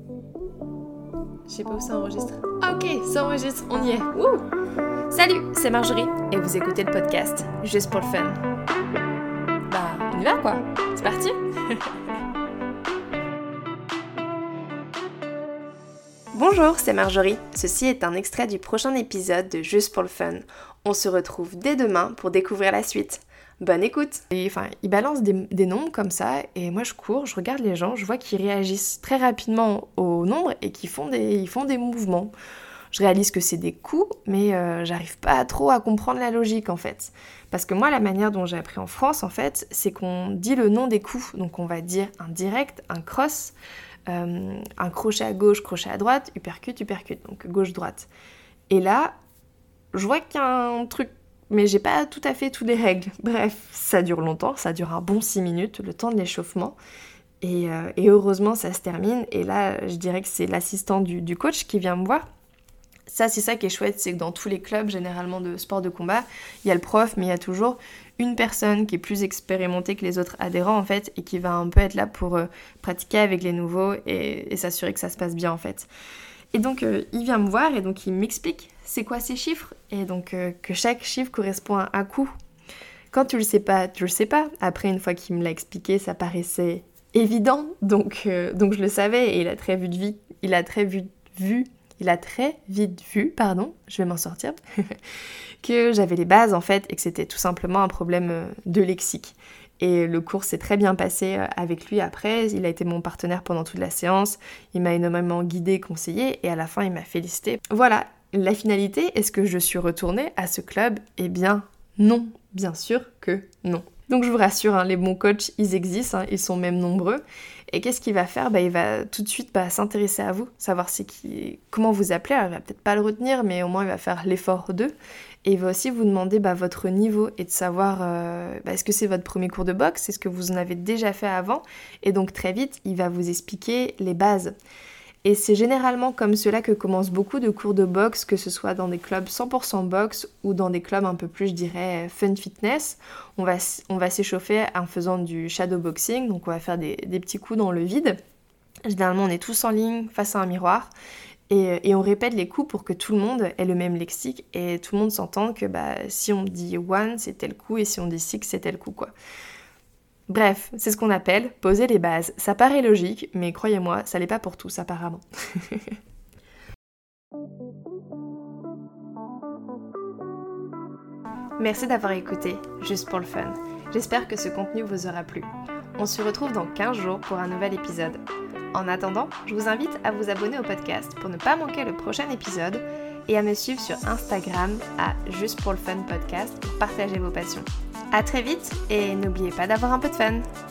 Je sais pas où ça enregistre. Ah ok, ça enregistre, on y est. Wouh! Salut, c'est Marjorie et vous écoutez le podcast Juste pour le fun. Bah, on y va quoi. C'est parti. Bonjour, c'est Marjorie. Ceci est un extrait du prochain épisode de Juste pour le fun. On se retrouve dès demain pour découvrir la suite. Bonne écoute! Et, il balance des nombres comme ça, et moi je cours, je regarde les gens, je vois qu'ils réagissent très rapidement aux nombres et qu'ils font des mouvements. Je réalise que c'est des coups, mais j'arrive pas trop à comprendre la logique en fait. Parce que moi, la manière dont j'ai appris en France, en fait, c'est qu'on dit le nom des coups. Donc on va dire un direct, un cross, un crochet à gauche, crochet à droite, uppercut, uppercut, donc gauche-droite. Et là, je vois qu'il y a un truc, mais j'ai pas tout à fait toutes les règles. Bref, ça dure longtemps, ça dure un bon 6 minutes, le temps de l'échauffement. Et heureusement, ça se termine. Et là, je dirais que c'est l'assistant du coach qui vient me voir. Ça, c'est ça qui est chouette, c'est que dans tous les clubs, généralement de sport de combat, il y a le prof, mais il y a toujours une personne qui est plus expérimentée que les autres adhérents, en fait, et qui va un peu être là pour pratiquer avec les nouveaux et s'assurer que ça se passe bien, en fait. Et donc, il vient me voir et donc il m'explique c'est quoi ces chiffres et donc que chaque chiffre correspond à un coup. Quand tu le sais pas, tu le sais pas. Après, une fois qu'il me l'a expliqué, ça paraissait évident, donc je le savais et il a très vite vu, je vais m'en sortir, que j'avais les bases en fait et que c'était tout simplement un problème de lexique. Et le cours s'est très bien passé avec lui après, il a été mon partenaire pendant toute la séance, il m'a énormément guidé, conseillé et à la fin il m'a félicité. Voilà, la finalité, est-ce que je suis retournée à ce club ? Eh bien non, bien sûr que non. Donc je vous rassure, les bons coachs, ils existent, ils sont même nombreux. Et qu'est-ce qu'il va faire ? Il va tout de suite s'intéresser à vous, savoir comment vous appelez. Alors il va peut-être pas le retenir, mais au moins il va faire l'effort d'eux. Et il va aussi vous demander votre niveau et de savoir est-ce que c'est votre premier cours de boxe ? Est-ce que vous en avez déjà fait avant ? Et donc très vite, il va vous expliquer les bases. Et c'est généralement comme cela que commencent beaucoup de cours de boxe, que ce soit dans des clubs 100% boxe ou dans des clubs un peu plus, je dirais, fun fitness. On va s'échauffer en faisant du shadow boxing, donc on va faire des petits coups dans le vide. Généralement, on est tous en ligne face à un miroir et on répète les coups pour que tout le monde ait le même lexique et tout le monde s'entende que si on dit one, c'est tel coup et si on dit six, c'est tel coup, quoi. Bref, c'est ce qu'on appelle poser les bases. Ça paraît logique, mais croyez-moi, ça l'est pas pour tous apparemment. Merci d'avoir écouté, juste pour le fun. J'espère que ce contenu vous aura plu. On se retrouve dans 15 jours pour un nouvel épisode. En attendant, je vous invite à vous abonner au podcast pour ne pas manquer le prochain épisode et à me suivre sur Instagram à Juste pour le Fun Podcast pour partager vos passions. À très vite et n'oubliez pas d'avoir un peu de fun.